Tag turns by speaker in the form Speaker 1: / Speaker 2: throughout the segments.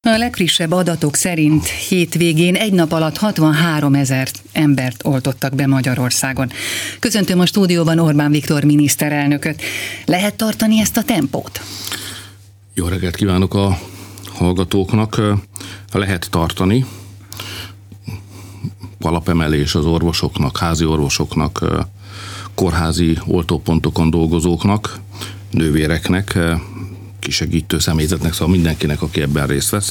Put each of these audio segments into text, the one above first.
Speaker 1: A legfrissebb adatok szerint hétvégén egy nap alatt 63 000 embert oltottak be Magyarországon. Köszöntöm a stúdióban Orbán Viktor miniszterelnököt. Lehet tartani ezt a tempót?
Speaker 2: Jó reggelt kívánok a hallgatóknak. Lehet tartani. Alapemelés az orvosoknak, házi orvosoknak, kórházi oltópontokon dolgozóknak, nővéreknek, kisegítő személyzetnek, szóval mindenkinek, aki ebben részt vesz.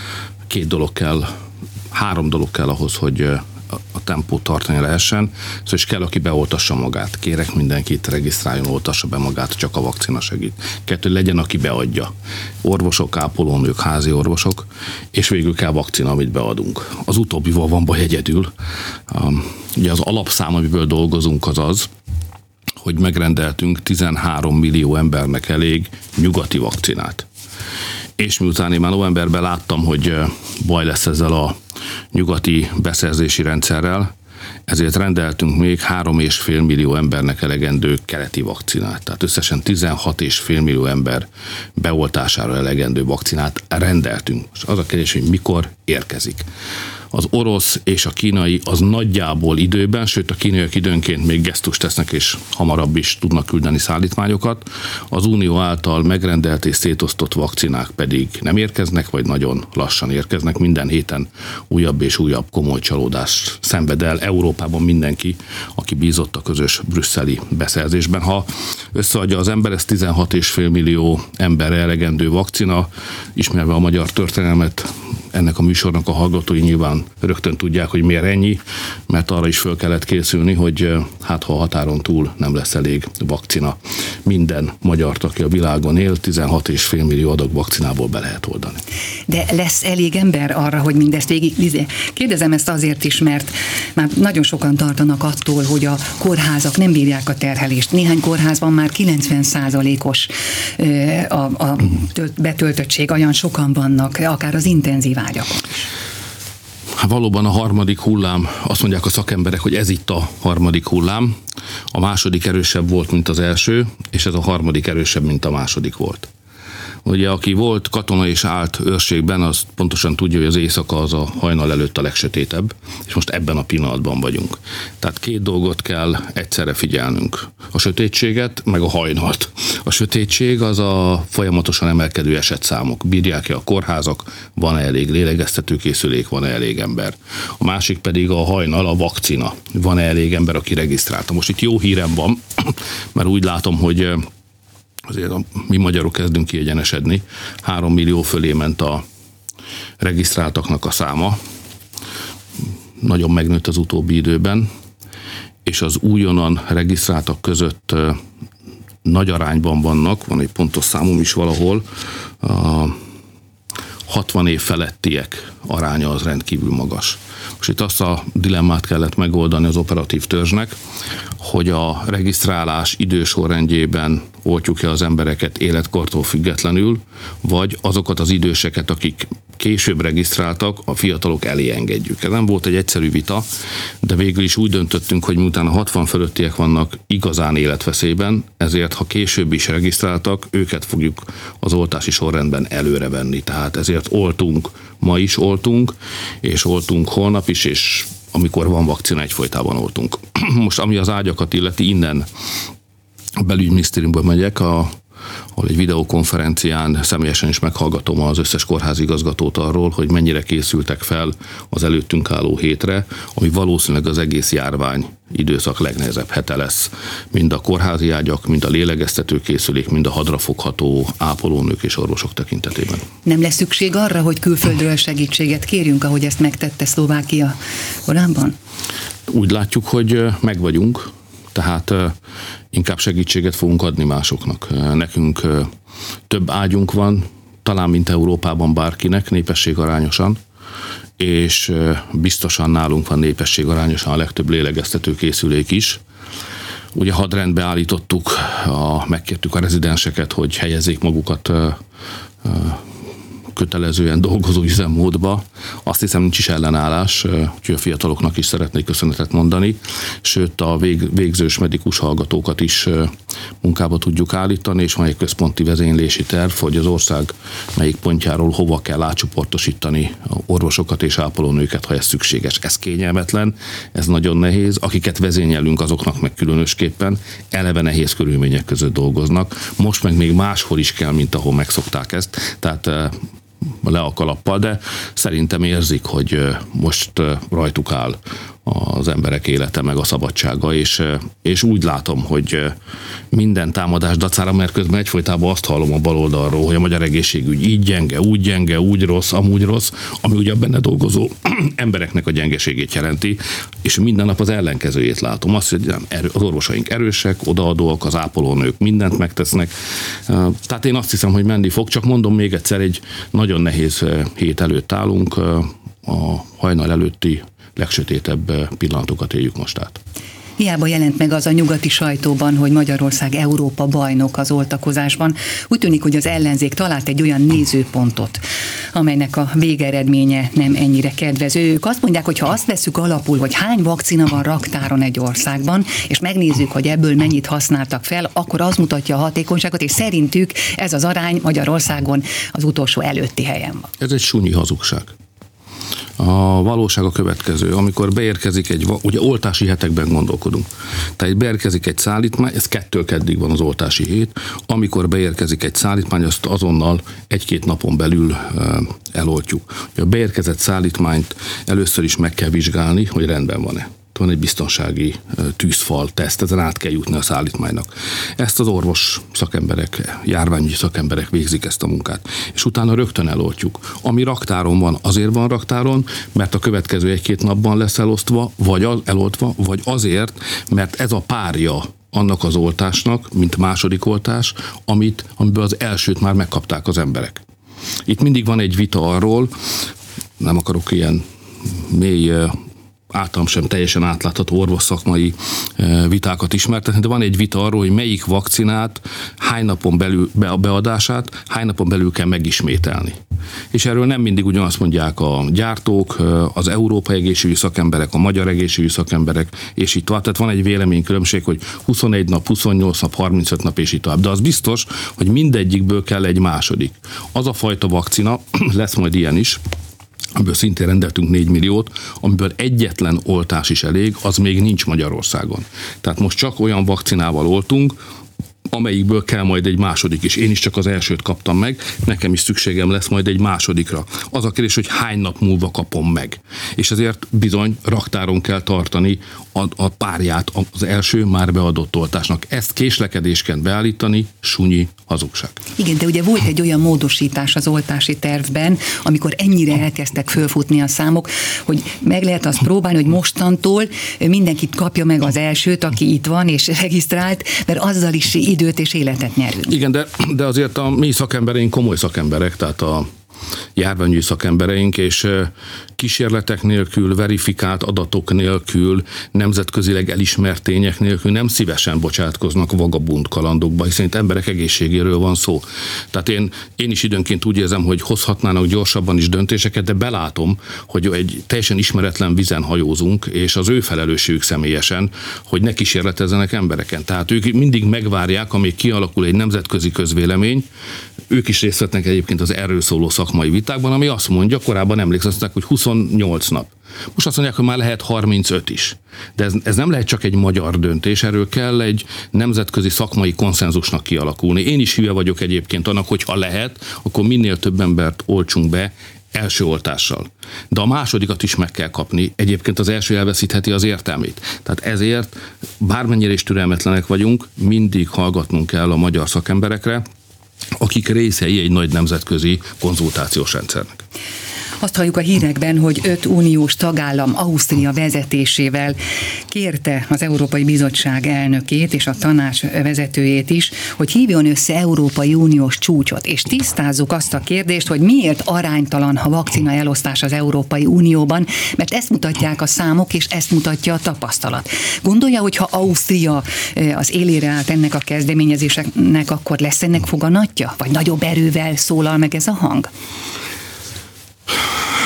Speaker 2: Három dolog kell ahhoz, hogy a tempót tartani lehessen, szóval is kell, aki beoltassa magát. Kérek mindenkit, regisztráljon, oltassa be magát, csak a vakcina segít. 2, legyen, aki beadja. Orvosok, ápolónők, házi orvosok, és végül kell vakcina, amit beadunk. Az utóbbival van baj egyedül. Ugye az alapszám, amiből dolgozunk, az, hogy megrendeltünk 13 millió embernek elég nyugati vakcinát. És miután én már novemberben láttam, hogy baj lesz ezzel a nyugati beszerzési rendszerrel, ezért rendeltünk még 3,5 millió embernek elegendő keleti vakcinát. Tehát összesen 16,5 millió ember beoltására elegendő vakcinát rendeltünk. És az a kérdés, hogy mikor érkezik. Az orosz és a kínai az nagyjából időben, sőt a kínaiak időnként még gesztust tesznek, és hamarabb is tudnak küldeni szállítmányokat. Az Unió által megrendelt és szétosztott vakcinák pedig nem érkeznek, vagy nagyon lassan érkeznek. Minden héten újabb és újabb komoly csalódást szenved el Európában mindenki, aki bízott a közös brüsszeli beszerzésben. Ha összeadja az ember, ez 16,5 millió emberre elegendő vakcina, ismerve a magyar történelmet, ennek a műsornak a hallgatói nyilván rögtön tudják, hogy miért ennyi, mert arra is föl kellett készülni, hogy hát ha a határon túl nem lesz elég vakcina. Minden magyart, aki a világon él, 16,5 millió adag vakcinából be lehet oldani.
Speaker 1: De lesz elég ember arra, hogy mindezt végig... Kérdezem ezt azért is, mert már nagyon sokan tartanak attól, hogy a kórházak nem bírják a terhelést. Néhány kórházban már 90%-os a betöltöttség, olyan sokan vannak, akár az intenzív ágyakon.
Speaker 2: Hát valóban a harmadik hullám, azt mondják a szakemberek, hogy ez itt a harmadik hullám. A második erősebb volt, mint az első, és ez a harmadik erősebb, mint a második volt. Ugye, aki volt katona és állt őrségben, az pontosan tudja, hogy az éjszaka az a hajnal előtt a legsötétebb, és most ebben a pillanatban vagyunk. Tehát 2 dolgot kell egyszerre figyelnünk. A sötétséget, meg a hajnalt. A sötétség az a folyamatosan emelkedő esetszámok. Bírják-e a kórházak, van-e elég lélegeztetőkészülék, van-e elég ember. A másik pedig a hajnal, a vakcina. Van-e elég ember, aki regisztrálta. Most itt jó hírem van, mert úgy látom, hogy azért mi magyarok kezdünk kiegyenesedni. 3 millió fölé ment a regisztráltaknak a száma. Nagyon megnőtt az utóbbi időben, és az újonnan regisztráltak között nagy arányban vannak, van egy pontos számom is valahol, 60 év felettiek aránya az rendkívül magas. Most itt azt a dilemmát kellett megoldani az operatív törzsnek, hogy a regisztrálás idősorrendjében oltjuk-e az embereket életkortól függetlenül, vagy azokat az időseket, akik később regisztráltak, a fiatalok elé engedjük. Ez nem volt egy egyszerű vita, de végül is úgy döntöttünk, hogy miután a 60 fölöttiek vannak igazán életveszélyben, ezért ha később is regisztráltak, őket fogjuk az oltási sorrendben előrevenni. Tehát ezért oltunk, ma is oltunk, és oltunk holnap is, és amikor van vakcina, egyfolytában oltunk. Most ami az ágyakat illeti, innen a belügyminisztériumban megyek, ahol egy videokonferencián személyesen is meghallgatom az összes kórházi igazgatót arról, hogy mennyire készültek fel az előttünk álló hétre, ami valószínűleg az egész járvány időszak legnehezebb hete lesz. Mind a kórházi ágyak, mind a lélegeztetőkészülék, mind a hadrafogható ápolónők és orvosok tekintetében.
Speaker 1: Nem lesz szükség arra, hogy külföldről segítséget kérjünk, ahogy ezt megtette Szlovákia korábban?
Speaker 2: Úgy látjuk, hogy megvagyunk, tehát inkább segítséget fogunk adni másoknak. Nekünk több ágyunk van, talán mint Európában bárkinek, népességarányosan, és biztosan nálunk van népességarányosan a legtöbb lélegeztetőkészülék is. Ugye hadrendbe állítottuk, megkértük a rezidenseket, hogy helyezzék magukat kötelezően dolgozó üzemmódba. Azt hiszem, nincs is ellenállás, úgyhogy a fiataloknak is szeretnék köszönetet mondani, sőt a végzős medikus hallgatókat is munkába tudjuk állítani, és van egy központi vezénylési terv, hogy az ország melyik pontjáról hova kell átcsoportosítani orvosokat és ápolónőket, ha ez szükséges. Ez kényelmetlen, ez nagyon nehéz. Akiket vezényelünk, azoknak meg különösképpen eleve nehéz körülmények között dolgoznak. Most meg még máshol is kell, mint ahol megszokták ezt. Tehát le a kalappal, de szerintem érzik, hogy most rajtuk áll az emberek élete, meg a szabadsága, és úgy látom, hogy minden támadás dacára, mert közben egyfolytában azt hallom a baloldalról, hogy a magyar egészségügy így gyenge, úgy rossz, amúgy rossz, ami ugye a benne dolgozó embereknek a gyengeségét jelenti, és minden nap az ellenkezőjét látom. Azt, hogy az orvosaink erősek, odaadóak, az ápolónők mindent megtesznek. Tehát én azt hiszem, hogy menni fog, csak mondom még egyszer, egy nagyon nehéz hét előtt állunk, a hajnal előtti legsötétebb pillanatokat éljük most át.
Speaker 1: Hiába jelent meg az a nyugati sajtóban, hogy Magyarország Európa bajnok az oltakozásban. Úgy tűnik, hogy az ellenzék talált egy olyan nézőpontot, amelynek a végeredménye nem ennyire kedvező. Ők azt mondják, hogy ha azt vesszük alapul, hogy hány vakcina van raktáron egy országban, és megnézzük, hogy ebből mennyit használtak fel, akkor az mutatja a hatékonyságot, és szerintük ez az arány Magyarországon az utolsó előtti helyen van.
Speaker 2: Ez egy sunyi hazugság. A valóság a következő, amikor beérkezik ugye oltási hetekben gondolkodunk, tehát beérkezik egy szállítmány, ez 2-től 2-ig van az oltási hét, amikor beérkezik egy szállítmány, azt azonnal 1-2 napon belül eloltjuk. A beérkezett szállítmányt először is meg kell vizsgálni, hogy rendben van-e. Van egy biztonsági tűzfal teszt, ezen át kell jutni a szállítmánynak. Ezt az orvos szakemberek, járványügyi szakemberek végzik ezt a munkát. És utána rögtön eloltjuk. Ami raktáron van, azért van raktáron, mert a következő 1-2 napban lesz elosztva, vagy eloltva, vagy azért, mert ez a párja annak az oltásnak, mint második oltás, amiből az elsőt már megkapták az emberek. Itt mindig van egy vita arról, nem akarok ilyen mély, általam sem teljesen átlátható orvosszakmai vitákat ismertetni, de van egy vita arról, hogy melyik vakcinát hány napon belül beadását, hány napon belül kell megismételni. És erről nem mindig ugyanazt mondják a gyártók, az európai egészségügyi szakemberek, a magyar egészségügyi szakemberek, és így tovább. Tehát van egy véleménykülönbség, hogy 21 nap, 28 nap, 35 nap, és így tovább. De az biztos, hogy mindegyikből kell egy második. Az a fajta vakcina, lesz majd ilyen is, amiből szintén rendeltünk 4 milliót, amiből egyetlen oltás is elég, az még nincs Magyarországon. Tehát most csak olyan vakcinával oltunk, amelyikből kell majd egy második is. Én is csak az elsőt kaptam meg, nekem is szükségem lesz majd egy másodikra. Az a kérdés, hogy hány nap múlva kapom meg. És ezért bizony raktáron kell tartani a párját az első már beadott oltásnak. Ezt késlekedésként beállítani, sunyi hazugság.
Speaker 1: Igen, de ugye volt egy olyan módosítás az oltási tervben, amikor ennyire elkezdtek fölfutni a számok, hogy meg lehet azt próbálni, hogy mostantól mindenkit kapja meg az elsőt, aki itt van és regisztrált, mert azzal is időt és életet nyerünk.
Speaker 2: Igen, de azért a mi szakembereink komoly szakemberek, tehát a járványügyi szakembereink, és kísérletek nélkül, verifikált adatok nélkül, nemzetközileg elismert tények nélkül nem szívesen bocsátkoznak vagabund kalandokba, hiszen itt emberek egészségéről van szó. Tehát én is időnként úgy érzem, hogy hozhatnának gyorsabban is döntéseket, de belátom, hogy egy teljesen ismeretlen vizen hajózunk, és az ő felelősségük személyesen, hogy ne kísérletezzenek embereken. Tehát ők mindig megvárják, amíg kialakul egy nemzetközi közvélemény. Ők is részt vettnek egyébként az erről szóló szakmai vitákban, ami azt mondja, korábban emlékeztek, hogy 28 nap. Most azt mondják, hogy már lehet 35 is. De ez nem lehet csak egy magyar döntés, erről kell egy nemzetközi szakmai konszenzusnak kialakulni. Én is hülye vagyok egyébként annak, hogy ha lehet, akkor minél több embert oltsunk be első oltással. De a másodikat is meg kell kapni. Egyébként az első elveszítheti az értelmét. Tehát ezért, bármennyire is türelmetlenek vagyunk, mindig hallgatnunk kell a magyar szakemberekre, akik részei egy nagy nemzetközi konzultációs rendszernek.
Speaker 1: Azt halljuk a hírekben, hogy 5 uniós tagállam Ausztria vezetésével kérte az Európai Bizottság elnökét és a tanács vezetőjét is, hogy hívjon össze Európai Uniós csúcsot, és tisztázzuk azt a kérdést, hogy miért aránytalan a vakcina elosztás az Európai Unióban, mert ezt mutatják a számok, és ezt mutatja a tapasztalat. Gondolja, hogy ha Ausztria az élére állt ennek a kezdeményezésnek, akkor lesz ennek foganatja? Vagy nagyobb erővel szólal meg ez a hang?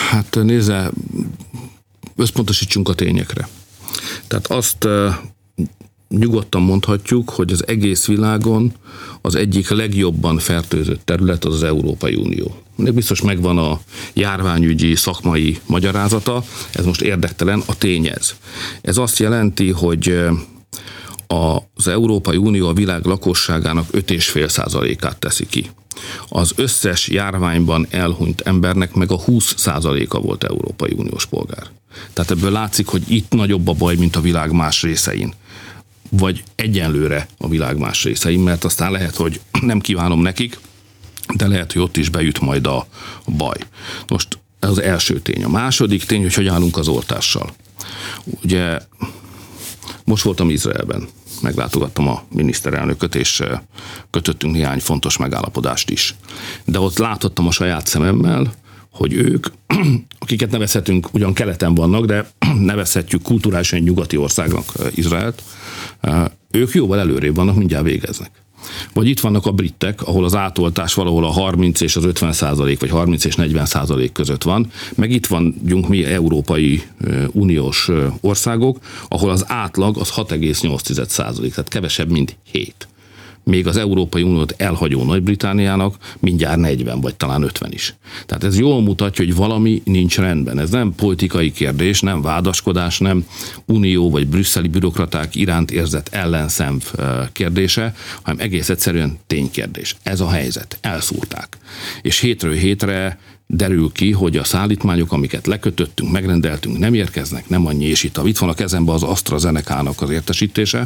Speaker 2: Hát nézze, összpontosítsunk a tényekre. Tehát azt nyugodtan mondhatjuk, hogy az egész világon az egyik legjobban fertőzött terület az Európai Unió. Biztos megvan a járványügyi szakmai magyarázata, ez most érdektelen, a tény ez. Ez azt jelenti, hogy az Európai Unió a világ lakosságának 5,5%-át teszi ki. Az összes járványban elhunyt embernek meg a 20%-a volt Európai Uniós polgár. Tehát ebből látszik, hogy itt nagyobb a baj, mint a világ más részein. Vagy egyenlőre a világ más részein, mert aztán lehet, hogy nem kívánom nekik, de lehet, hogy ott is beüt majd a baj. Most ez az első tény. A második tény, hogy állunk az oltással. Ugye most voltam Izraelben, meglátogattam a miniszterelnököt, és kötöttünk néhány fontos megállapodást is. De ott láthattam a saját szememmel, hogy ők, akiket nevezhetünk, ugyan keleten vannak, de nevezhetjük kulturálisan nyugati országnak Izraelt, ők jóval előrébb vannak, mindjárt végeznek. Vagy itt vannak a britek, ahol az átoltás valahol a 30 és az 50%, vagy 30 és 40% között van, meg itt vagyunk mi Európai Uniós országok, ahol az átlag az 6,8%, tehát kevesebb, mint 7. Még az Európai Uniót elhagyó Nagy-Britanniának mindjárt 40, vagy talán 50 is. Tehát ez jól mutatja, hogy valami nincs rendben. Ez nem politikai kérdés, nem vádaskodás, nem unió vagy brüsszeli bürokraták iránt érzett ellenszenv kérdése, hanem egész egyszerűen ténykérdés. Ez a helyzet. Elszúrták. És hétről hétre derül ki, hogy a szállítmányok, amiket lekötöttünk, megrendeltünk, nem érkeznek, nem annyi, és itt van a kezemben az AstraZeneca-nak az értesítése,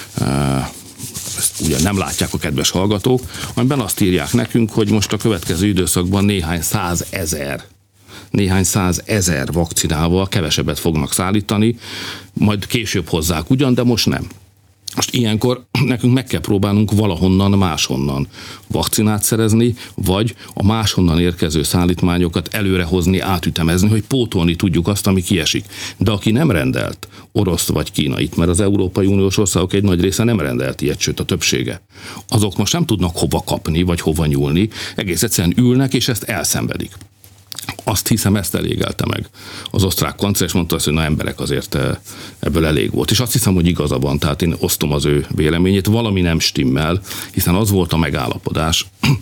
Speaker 2: ezt ugye nem látják a kedves hallgatók, amiben azt írják nekünk, hogy most a következő időszakban néhány százezer vakcinával kevesebbet fognak szállítani, majd később hozzák ugyan, de most nem. Most ilyenkor nekünk meg kell próbálnunk valahonnan, máshonnan vakcinát szerezni, vagy a máshonnan érkező szállítmányokat előrehozni, átütemezni, hogy pótolni tudjuk azt, ami kiesik. De aki nem rendelt, orosz vagy kínait, mert az Európai Uniós országok egy nagy része nem rendelt ilyet, sőt a többsége, azok most nem tudnak hova kapni, vagy hova nyúlni, egész egyszerűen ülnek, és ezt elszenvedik. Azt hiszem, ezt elégelte meg az osztrák kancellár, és mondta azt, hogy na emberek, azért ebből elég volt. És azt hiszem, hogy igaza van, tehát én osztom az ő véleményét, valami nem stimmel, hiszen az volt a megállapodás,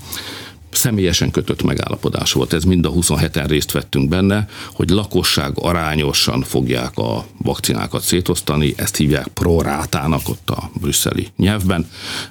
Speaker 2: személyesen kötött megállapodás volt, ez mind a 27-en részt vettünk benne, hogy lakosság arányosan fogják a vakcinákat szétosztani, ezt hívják prorátának ott a brüsszeli nyelvben,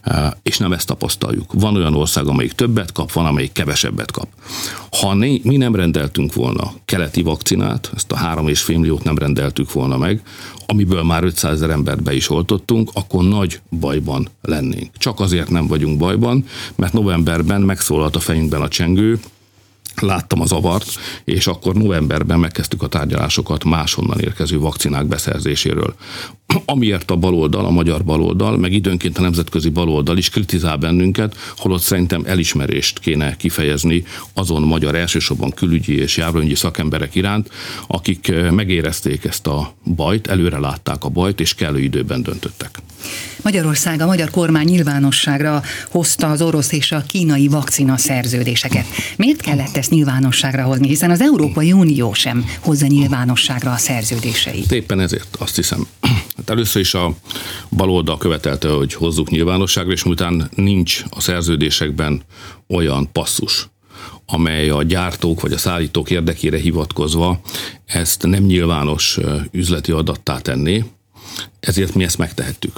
Speaker 2: és nem ezt tapasztaljuk. Van olyan ország, amelyik többet kap, van, amelyik kevesebbet kap. Ha mi nem rendeltünk volna keleti vakcinát, ezt a 3,5 milliót nem rendeltük volna meg, amiből már 500 000 embert be is oltottunk, akkor nagy bajban lennénk. Csak azért nem vagyunk bajban, mert novemberben megszólalt a fejünkben a csengő, láttam az zavart, és akkor novemberben megkezdtük a tárgyalásokat máshonnan érkező vakcinák beszerzéséről. Amiért a baloldal, a magyar baloldal, meg időnként a nemzetközi baloldal is kritizál bennünket, holott szerintem elismerést kéne kifejezni azon magyar, elsősorban külügyi és járványügyi szakemberek iránt, akik megérezték ezt a bajt, előre látták a bajt, és kellő időben döntöttek.
Speaker 1: Magyarország, a magyar kormány nyilvánosságra hozta az orosz és a kínai vakcina szerződéseket. Miért kellett ezt nyilvánosságra hozni? Hiszen az Európai Unió sem hozza nyilvánosságra a szerződéseit.
Speaker 2: Éppen ezért azt hiszem. Hát először is a baloldal követelte, hogy hozzuk nyilvánosságra, és miután nincs a szerződésekben olyan passzus, amely a gyártók vagy a szállítók érdekére hivatkozva ezt nem nyilvános üzleti adattá tenné, ezért mi ezt megtehettük.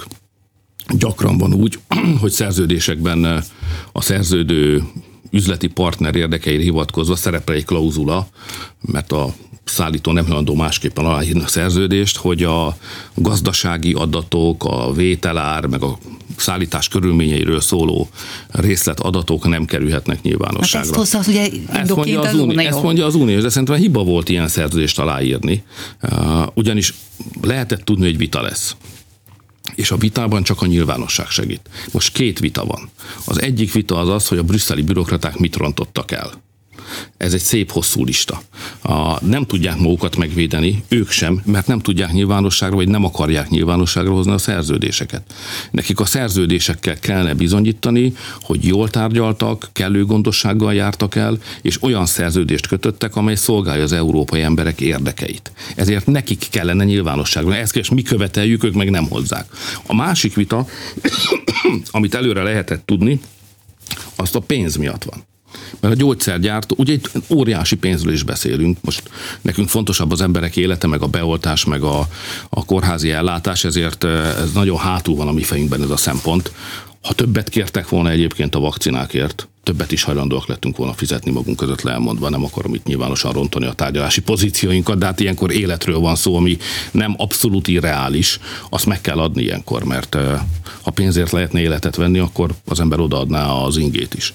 Speaker 2: Gyakran van úgy, hogy szerződésekben a szerződő üzleti partner érdekeire hivatkozva szerepel egy klauzula, mert a szállító nem hajlandó másképpen aláírni a szerződést, hogy a gazdasági adatok, a vételár, meg a szállítás körülményeiről szóló részletadatok nem kerülhetnek nyilvánosságra. Hát
Speaker 1: ezt hozza az ugye indoként az Unió.
Speaker 2: Ezt mondja az Unió, de szerintem hiba volt ilyen szerződést aláírni, ugyanis lehetett tudni, hogy vita lesz. És a vitában csak a nyilvánosság segít. Most két vita van. Az egyik vita az az, hogy a brüsszeli bürokraták mit rontottak el. Ez egy szép hosszú lista. Nem tudják magukat megvédeni, ők sem, mert nem tudják nyilvánosságra, vagy nem akarják nyilvánosságra hozni a szerződéseket. Nekik a szerződésekkel kellene bizonyítani, hogy jól tárgyaltak, kellő gondossággal jártak el, és olyan szerződést kötöttek, amely szolgálja az európai emberek érdekeit. Ezért nekik kellene nyilvánosságra. Ezt és mi követeljük, ők meg nem hozzák. A másik vita, amit előre lehetett tudni, azt a pénz miatt van. Mert a gyógyszergyártó, ugye itt óriási pénzről is beszélünk, most nekünk fontosabb az emberek élete, meg a beoltás, meg a kórházi ellátás, ezért ez nagyon hátul van a mi fejünkben ez a szempont. Ha többet kértek volna egyébként a vakcinákért, többet is hajlandóak lettünk volna fizetni magunk között leelmondva, nem akarom itt nyilvánosan rontani a tárgyalási pozícióinkat, de hát ilyenkor életről van szó, ami nem abszolút irreális, azt meg kell adni ilyenkor, mert ha pénzért lehetne életet venni, akkor az ember odaadná az ingét is.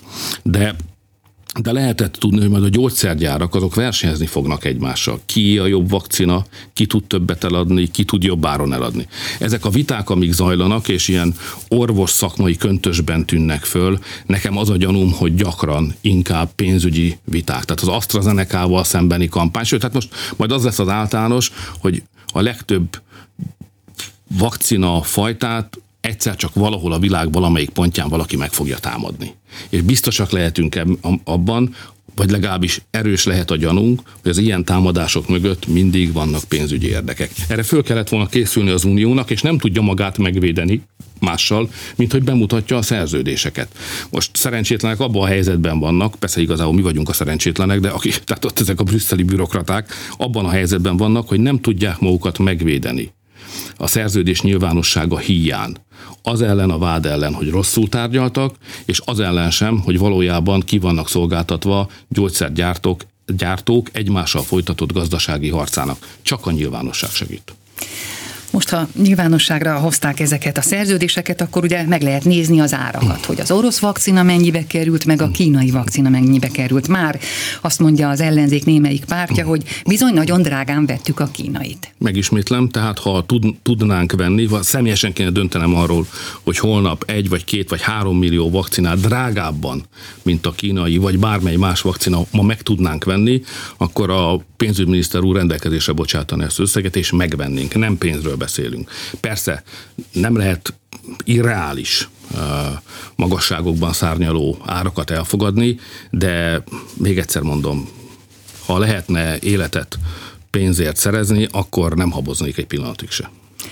Speaker 2: De lehetett tudni, hogy majd a gyógyszergyárak azok versenyezni fognak egymással. Ki a jobb vakcina, ki tud többet eladni, ki tud jobb áron eladni. Ezek a viták, amíg zajlanak, és ilyen orvos szakmai köntösben tűnnek föl, nekem az a gyanúm, hogy gyakran inkább pénzügyi viták. Tehát az AstraZeneca-val szembeni kampány, sőt, hát most majd az lesz az általános, hogy a legtöbb vakcina fajtát egyszer csak valahol a világ valamelyik pontján valaki meg fogja támadni. És biztosak lehetünk abban, vagy legalábbis erős lehet a gyanunk, hogy az ilyen támadások mögött mindig vannak pénzügyi érdekek. Erre föl kellett volna készülni az Uniónak, és nem tudja magát megvédeni mással, mint hogy bemutatja a szerződéseket. Most szerencsétlenek abban a helyzetben vannak, persze igazából mi vagyunk a szerencsétlenek, de tehát ott ezek a brüsszeli bürokraták abban a helyzetben vannak, hogy nem tudják magukat megvédeni a szerződés nyilvánossága híján. Az ellen a vád ellen, hogy rosszul tárgyaltak, és az ellen sem, hogy valójában ki vannak szolgáltatva gyógyszergyártók egymással folytatott gazdasági harcának. Csak a nyilvánosság segít.
Speaker 1: Most, ha nyilvánosságra hozták ezeket a szerződéseket, akkor ugye meg lehet nézni az árakat, hogy az orosz vakcina mennyibe került, meg a kínai vakcina mennyibe került. Már azt mondja az ellenzék némelyik pártja, hogy bizony nagyon drágán vettük a kínait.
Speaker 2: Megismétlem, tehát ha tudnánk venni, vagy személyesen kéne döntenem arról, hogy holnap 1 vagy 2 vagy 3 millió vakcinát drágábban, mint a kínai, vagy bármely más vakcina ma meg tudnánk venni, akkor a pénzügyminiszter úr rendelkezésre bocsátani ezt összeget, és megvennénk. Nem pénzről beszélünk. Persze nem lehet irreális magasságokban szárnyaló árakat elfogadni, de még egyszer mondom, ha lehetne életet pénzért szerezni, akkor nem haboznék egy pillanatig se.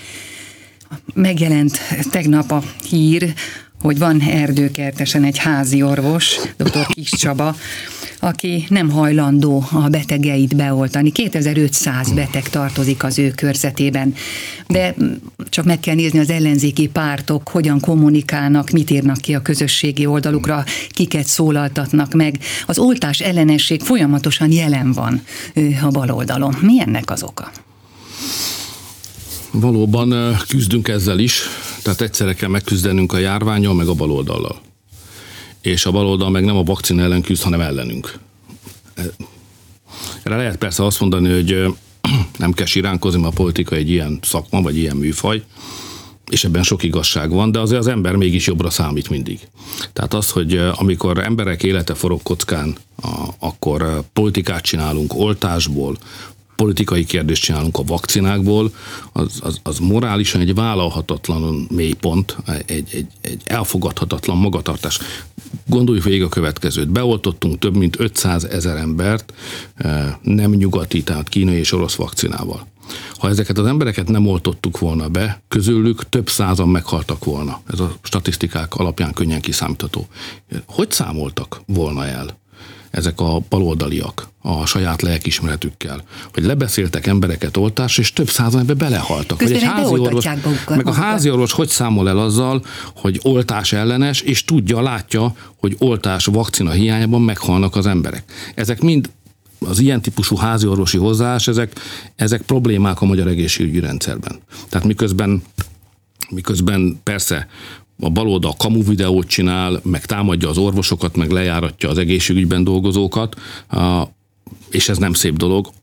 Speaker 1: Megjelent tegnap a hír, hogy van Erdőkertesen egy házi orvos, dr. Kis Csaba, aki nem hajlandó a betegeit beoltani. 2500 beteg tartozik az ő körzetében. De csak meg kell nézni az ellenzéki pártok, hogyan kommunikálnak, mit írnak ki a közösségi oldalukra, kiket szólaltatnak meg. Az oltás ellenesség folyamatosan jelen van a baloldalon. Mi ennek az oka?
Speaker 2: Valóban küzdünk ezzel is, tehát egyszerre kell megküzdenünk a járvánnyal, meg a baloldallal. És a baloldal meg nem a vakcina ellen küzd, hanem ellenünk. Erre lehet persze azt mondani, hogy nem kell siránkozni, mert a politika egy ilyen szakma, vagy ilyen műfaj, és ebben sok igazság van, de azért az ember mégis jobbra számít mindig. Tehát az, hogy amikor emberek élete forog kockán, akkor politikát csinálunk oltásból, politikai kérdést csinálunk a vakcinákból, az morálisan egy vállalhatatlan mélypont, egy elfogadhatatlan magatartás. Gondoljuk végig a következőt. Beoltottunk több mint 500 000 embert nem nyugati, tehát kínai és orosz vakcinával. Ha ezeket az embereket nem oltottuk volna be, közülük több százan meghaltak volna. Ez a statisztikák alapján könnyen kiszámítható. Hogy számoltak volna el ezek a baloldaliak a saját lelkiismeretükkel, hogy lebeszéltek embereket oltásra, és több százan ebbe belehaltak.
Speaker 1: Vagy egy házi orvos,
Speaker 2: meg a házi orvos hogy számol el azzal, hogy oltás ellenes, és látja, hogy oltás, vakcina hiányában meghalnak az emberek. Ezek mind az ilyen típusú házi orvosi hozzáállás, ezek problémák a magyar egészségügyi rendszerben. Tehát miközben persze a baloldal kamu videót csinál, meg támadja az orvosokat, meg lejáratja az egészségügyben dolgozókat, és ez nem szép dolog.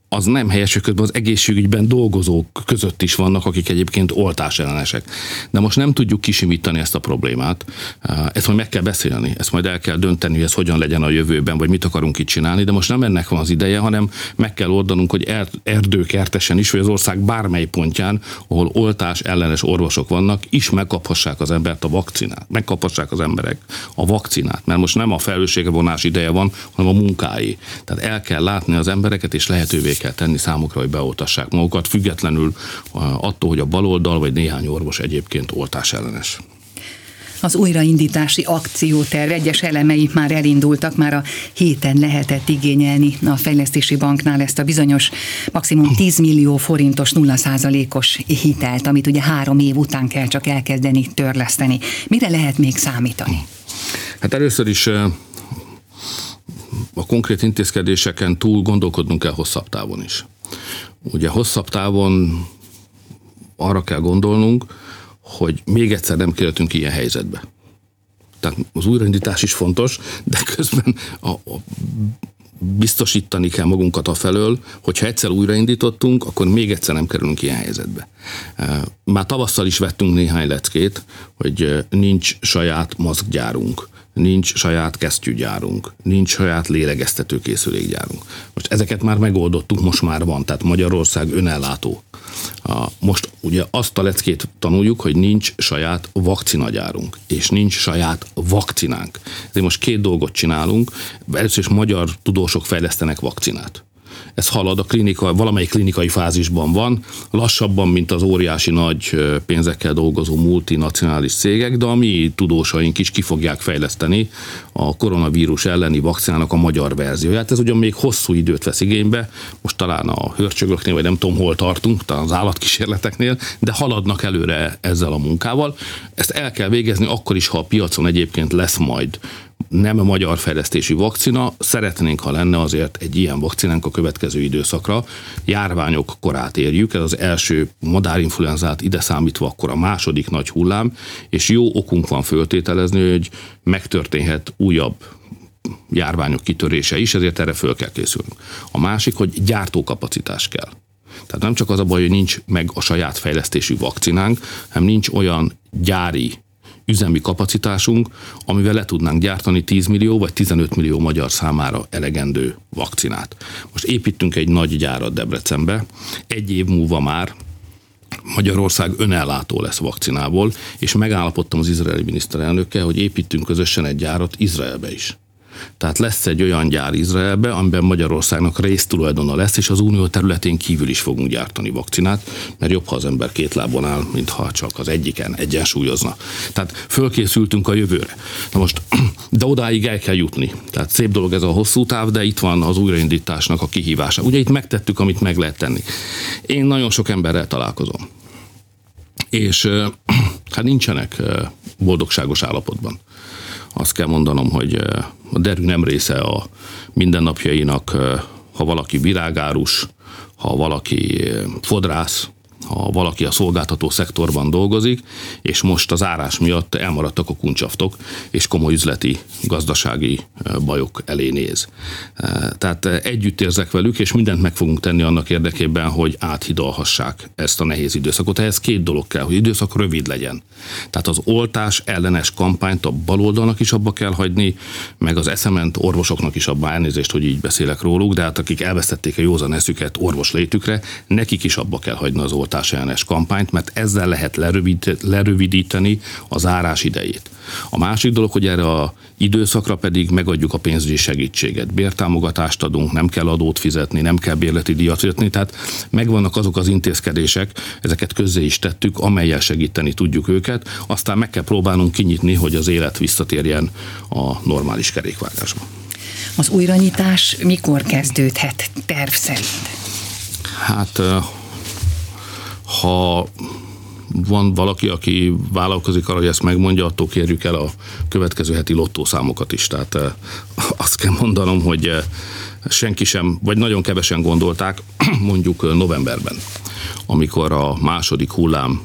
Speaker 2: az nem helyes, hogy közben az egészségügyben dolgozók között is vannak, akik egyébként oltásellenesek. De most nem tudjuk kisimítani ezt a problémát. Ezt majd meg kell beszélni, ezt majd el kell dönteni, hogy ez hogyan legyen a jövőben, vagy mit akarunk itt csinálni, de most nem ennek van az ideje, hanem meg kell oldanunk, hogy erdőkertesen is, vagy az ország bármely pontján, ahol oltás ellenes orvosok vannak, is megkaphassák az embert a vakcinát. Megkaphassák az emberek a vakcinát, mert most nem a felelősségvonás ideje van, hanem a munkáé. Tehát el kell látni az embereket, és lehetővé kell tenni számukra, hogy beoltassák magukat, függetlenül attól, hogy a baloldal vagy néhány orvos egyébként oltás ellenes.
Speaker 1: Az újraindítási akcióterv egyes elemei már elindultak, már a héten lehetett igényelni a Fejlesztési Banknál ezt a bizonyos maximum 10 millió forintos 0%-os hitelt, amit ugye 3 év után kell csak elkezdeni törleszteni. Mire lehet még számítani?
Speaker 2: Hát először is a konkrét intézkedéseken túl gondolkodnunk kell hosszabb távon is. Ugye hosszabb távon arra kell gondolnunk, hogy még egyszer nem kerültünk ilyen helyzetbe. Tehát az újraindítás is fontos, de közben biztosítani kell magunkat afelől, hogyha egyszer újraindítottunk, akkor még egyszer nem kerülünk ilyen helyzetbe. Már tavasszal is vettünk néhány leckét, hogy nincs saját maszkgyárunk, nincs saját kesztyűgyárunk, nincs saját lélegeztetőkészülékgyárunk. Most ezeket már megoldottuk, most már van, tehát Magyarország önellátó. Most ugye azt a leckét tanuljuk, hogy nincs saját vakcinagyárunk, és nincs saját vakcinánk. Ezért most 2 dolgot csinálunk, először is magyar tudósok fejlesztenek vakcinát. Ez halad, valamelyik klinikai fázisban van, lassabban, mint az óriási nagy pénzekkel dolgozó multinacionális cégek, de a mi tudósaink is ki fogják fejleszteni a koronavírus elleni vakcinának a magyar verzióját. Ez ugyan még hosszú időt vesz igénybe, most talán a hörcsögöknél, vagy nem tudom hol tartunk, talán az állatkísérleteknél, de haladnak előre ezzel a munkával. Ezt el kell végezni akkor is, ha a piacon egyébként lesz majd nem a magyar fejlesztésű vakcina, szeretnénk, ha lenne azért egy ilyen vakcinánk a következő időszakra. Járványok korát érjük, ez az első madárinfluenzát ide számítva akkor a második nagy hullám, és jó okunk van föltételezni, hogy megtörténhet újabb járványok kitörése is, ezért erre föl kell készülnünk. A másik, hogy gyártókapacitás kell. Tehát nem csak az a baj, hogy nincs meg a saját fejlesztésű vakcinánk, hanem nincs olyan gyári üzemi kapacitásunk, amivel le tudnánk gyártani 10 millió vagy 15 millió magyar számára elegendő vakcinát. Most építünk egy nagy gyárat Debrecenbe, 1 év múlva már Magyarország önellátó lesz vakcinából, és megállapodtam az izraeli miniszterelnökkel, hogy építünk közösen egy gyárat Izraelbe is. Tehát lesz egy olyan gyár Izraelbe, amiben Magyarországnak résztulajdona lesz, és az unió területén kívül is fogunk gyártani vakcinát, mert jobb, ha az ember 2 lábon áll, mint ha csak az egyiken egyensúlyozna. Tehát fölkészültünk a jövőre. Na most, de odáig el kell jutni. Tehát szép dolog ez a hosszú táv, de itt van az újraindításnak a kihívása. Ugye itt megtettük, amit meg lehet tenni. Én nagyon sok emberrel találkozom. És hát nincsenek boldogságos állapotban. Azt kell mondanom, hogy a derű nem része a mindennapjainak, ha valaki virágárus, ha valaki fodrász, ha valaki a szolgáltató szektorban dolgozik, és most az árás miatt elmaradtak a kuncsaftok, és komoly üzleti, gazdasági bajok elé néz. Tehát együtt érzek velük, és mindent meg fogunk tenni annak érdekében, hogy áthidalhassák ezt a nehéz időszakot. Ehhez 2 dolog kell, hogy időszak rövid legyen. Tehát az oltás ellenes kampányt a baloldalnak is abba kell hagyni, meg az eszement orvosoknak is abba, elnézést, hogy így beszélek róluk, de hát akik elvesztették a józan eszüket orvos létükre, nekik is abba kell hagyni az oltás ellenes kampányt, mert ezzel lehet lerövidíteni a zárás idejét. A másik dolog, hogy erre az időszakra pedig megadjuk a pénzügyi segítséget. Bértámogatást adunk, nem kell adót fizetni, nem kell bérleti díjat fizetni, tehát megvannak azok az intézkedések, ezeket közzé is tettük, amellyel segíteni tudjuk őket, aztán meg kell próbálnunk kinyitni, hogy az élet visszatérjen a normális kerékvágásba.
Speaker 1: Az újranyitás mikor kezdődhet terv szerint?
Speaker 2: Hát ha van valaki, aki vállalkozik arra, hogy ezt megmondja, attól kérjük el a következő heti lottószámokat is. Tehát azt kell mondanom, hogy senki sem, vagy nagyon kevesen gondolták, mondjuk novemberben, amikor a második hullám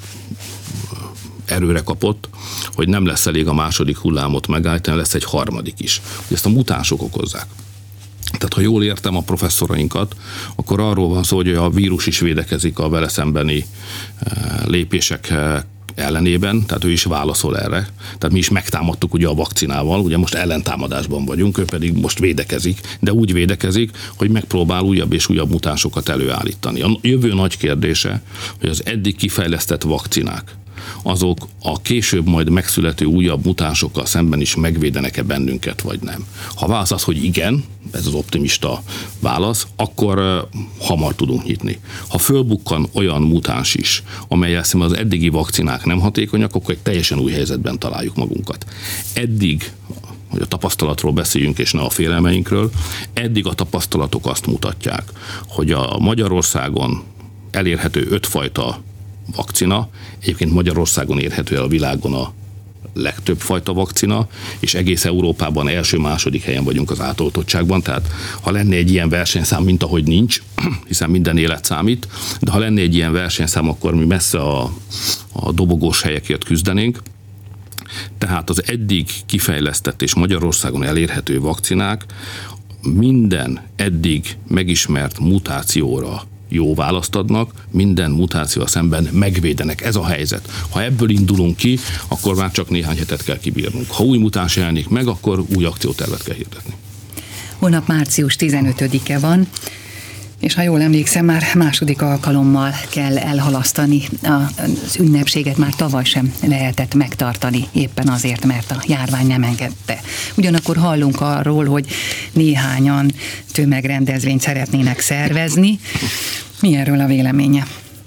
Speaker 2: erőre kapott, hogy nem lesz elég a második hullámot megállítani, lesz egy harmadik is. Ezt a mutánsok okozzák. Tehát ha jól értem a professzorainkat, akkor arról van szó, hogy a vírus is védekezik a vele szembeni lépések ellenében, tehát ő is válaszol erre. Tehát mi is megtámadtuk ugye a vakcinával, ugye most ellentámadásban vagyunk, ő pedig most védekezik, de úgy védekezik, hogy megpróbál újabb és újabb mutánsokat előállítani. A jövő nagy kérdése, hogy az eddig kifejlesztett vakcinák, azok a később majd megszülető újabb mutánsokkal szemben is megvédenek-e bennünket, vagy nem. Ha válasz az, hogy igen, ez az optimista válasz, akkor hamar tudunk nyitni. Ha fölbukkan olyan mutáns is, amellyel szemben az eddigi vakcinák nem hatékonyak, akkor egy teljesen új helyzetben találjuk magunkat. Eddig, hogy a tapasztalatról beszéljünk, és ne a félelmeinkről, eddig a tapasztalatok azt mutatják, hogy a Magyarországon elérhető 5 fajta vakcina, egyébként Magyarországon érhető el a világon a legtöbb fajta vakcina, és egész Európában első-második helyen vagyunk az átoltottságban, tehát ha lenne egy ilyen versenyszám, mint ahogy nincs, hiszen minden élet számít, de ha lenne egy ilyen versenyszám, akkor mi messze a dobogós helyekért küzdenénk. Tehát az eddig kifejlesztett és Magyarországon elérhető vakcinák minden eddig megismert mutációra jó választ adnak, minden mutáció szemben megvédenek. Ez a helyzet. Ha ebből indulunk ki, akkor már csak néhány hetet kell kibírnunk. Ha új mutáns jelenik meg, akkor új akciótervet kell hirdetni.
Speaker 1: Holnap március 15-e van, és ha jól emlékszem, már második alkalommal kell elhalasztani. Az ünnepséget már tavaly sem lehetett megtartani, éppen azért, mert a járvány nem engedte. Ugyanakkor hallunk arról, hogy néhányan tömegrendezvényt szeretnének szervezni. Mi erről a véleménye?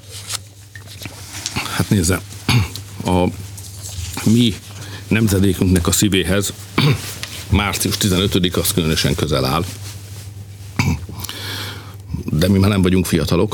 Speaker 2: Hát nézze, a mi nemzedékünknek a szívéhez március 15 az különösen közel áll. De mi már nem vagyunk fiatalok.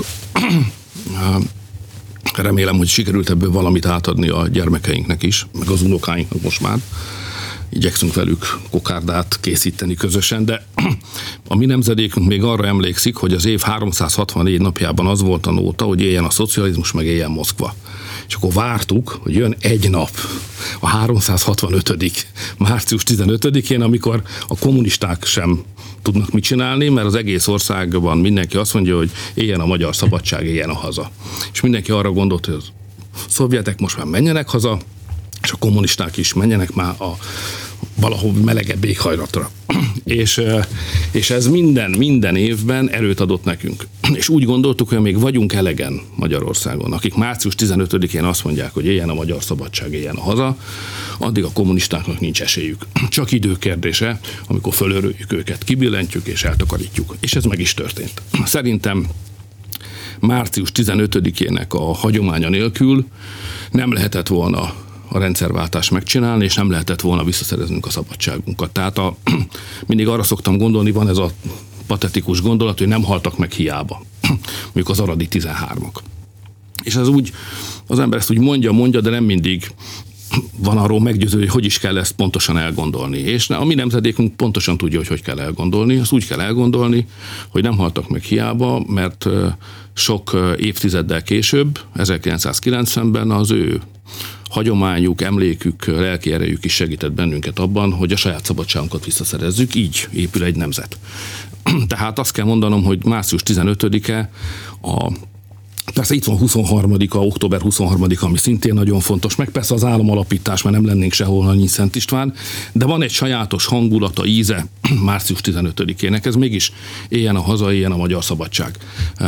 Speaker 2: Remélem, hogy sikerült ebből valamit átadni a gyermekeinknek is, meg az unokáinknak most már. Igyekszünk velük kokárdát készíteni közösen, de a mi nemzedékünk még arra emlékszik, hogy az év 364 napjában az volt a nóta, hogy éljen a szocializmus, meg éljen Moszkva. És akkor vártuk, hogy jön egy nap, a 365. március 15-én, amikor a kommunisták sem tudnak mit csinálni, mert az egész országban mindenki azt mondja, hogy éljen a magyar szabadság, éljen a haza. És mindenki arra gondolt, hogy a szovjetek most már menjenek haza, és a kommunisták is menjenek már valahol melegebb éghajlatra. És ez minden évben erőt adott nekünk. És úgy gondoltuk, hogy még vagyunk elegen Magyarországon, akik március 15-én azt mondják, hogy éljen a magyar szabadság, éljen a haza, addig a kommunistáknak nincs esélyük. Csak idő kérdése, amikor fölöröljük őket, kibillentjük és eltakarítjuk. És ez meg is történt. Szerintem március 15-ének a hagyománya nélkül nem lehetett volna a rendszerváltást megcsinálni, és nem lehetett volna visszaszereznünk a szabadságunkat. Tehát mindig arra szoktam gondolni, van ez a patetikus gondolat, hogy nem haltak meg hiába, mondjuk az aradi 13-ak. És ez úgy, az ember ezt úgy mondja, de nem mindig van arról meggyőző, hogy is kell ezt pontosan elgondolni. És a mi nemzedékünk pontosan tudja, hogy kell elgondolni. Azt úgy kell elgondolni, hogy nem haltak meg hiába, mert sok évtizeddel később, 1990-ben az ő hagyományuk, emlékük, lelki erejük is segített bennünket abban, hogy a saját szabadságunkat visszaszerezzük, így épül egy nemzet. Tehát azt kell mondanom, hogy március 15-e persze itt van 23-a, október 23-a, ami szintén nagyon fontos, meg persze az államalapítás, mert nem lennénk sehol, nincs Szent István, de van egy sajátos hangulata, íze március 15-ének, ez mégis éljen a haza, éljen a magyar szabadság.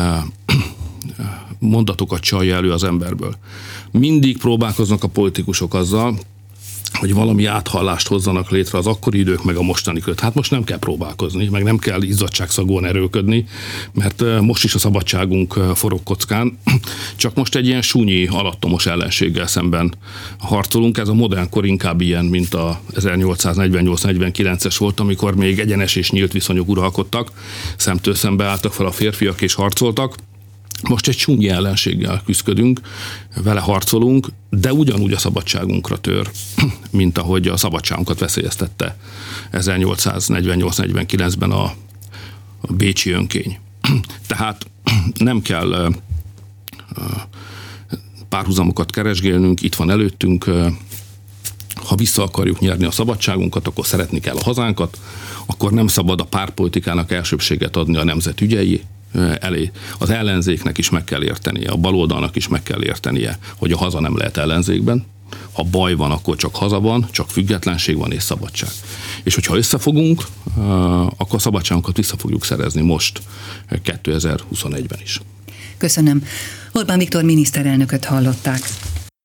Speaker 2: Mondatokat csalja elő az emberből. Mindig próbálkoznak a politikusok azzal, hogy valami áthallást hozzanak létre az akkori idők meg a mostani között. Hát most nem kell próbálkozni, meg nem kell izzadságszagúan erőlködni, mert most is a szabadságunk forog kockán, csak most egy ilyen súnyi, alattomos ellenséggel szemben harcolunk. Ez a modernkor inkább ilyen, mint a 1848-49-es volt, amikor még egyenes és nyílt viszonyok uralkodtak, szemtől szembe álltak fel a férfiak és harcoltak. Most egy súnyi ellenséggel küzdködünk, vele harcolunk, de ugyanúgy a szabadságunkra tör, mint ahogy a szabadságunkat veszélyeztette 1848-49-ben a bécsi önkény. Tehát nem kell párhuzamokat keresgélnünk, itt van előttünk ha vissza akarjuk nyerni a szabadságunkat, akkor szeretni kell a hazánkat, akkor nem szabad a pártpolitikának elsőbséget adni a nemzet ügyei elé. Az ellenzéknek is meg kell értenie, a baloldalnak is meg kell értenie, hogy a haza nem lehet ellenzékben. Ha baj van, akkor csak haza van, csak függetlenség van és szabadság. És hogyha összefogunk, akkor szabadságunkat vissza fogjuk szerezni most 2021-ben is.
Speaker 1: Köszönöm. Orbán Viktor miniszterelnököt hallották.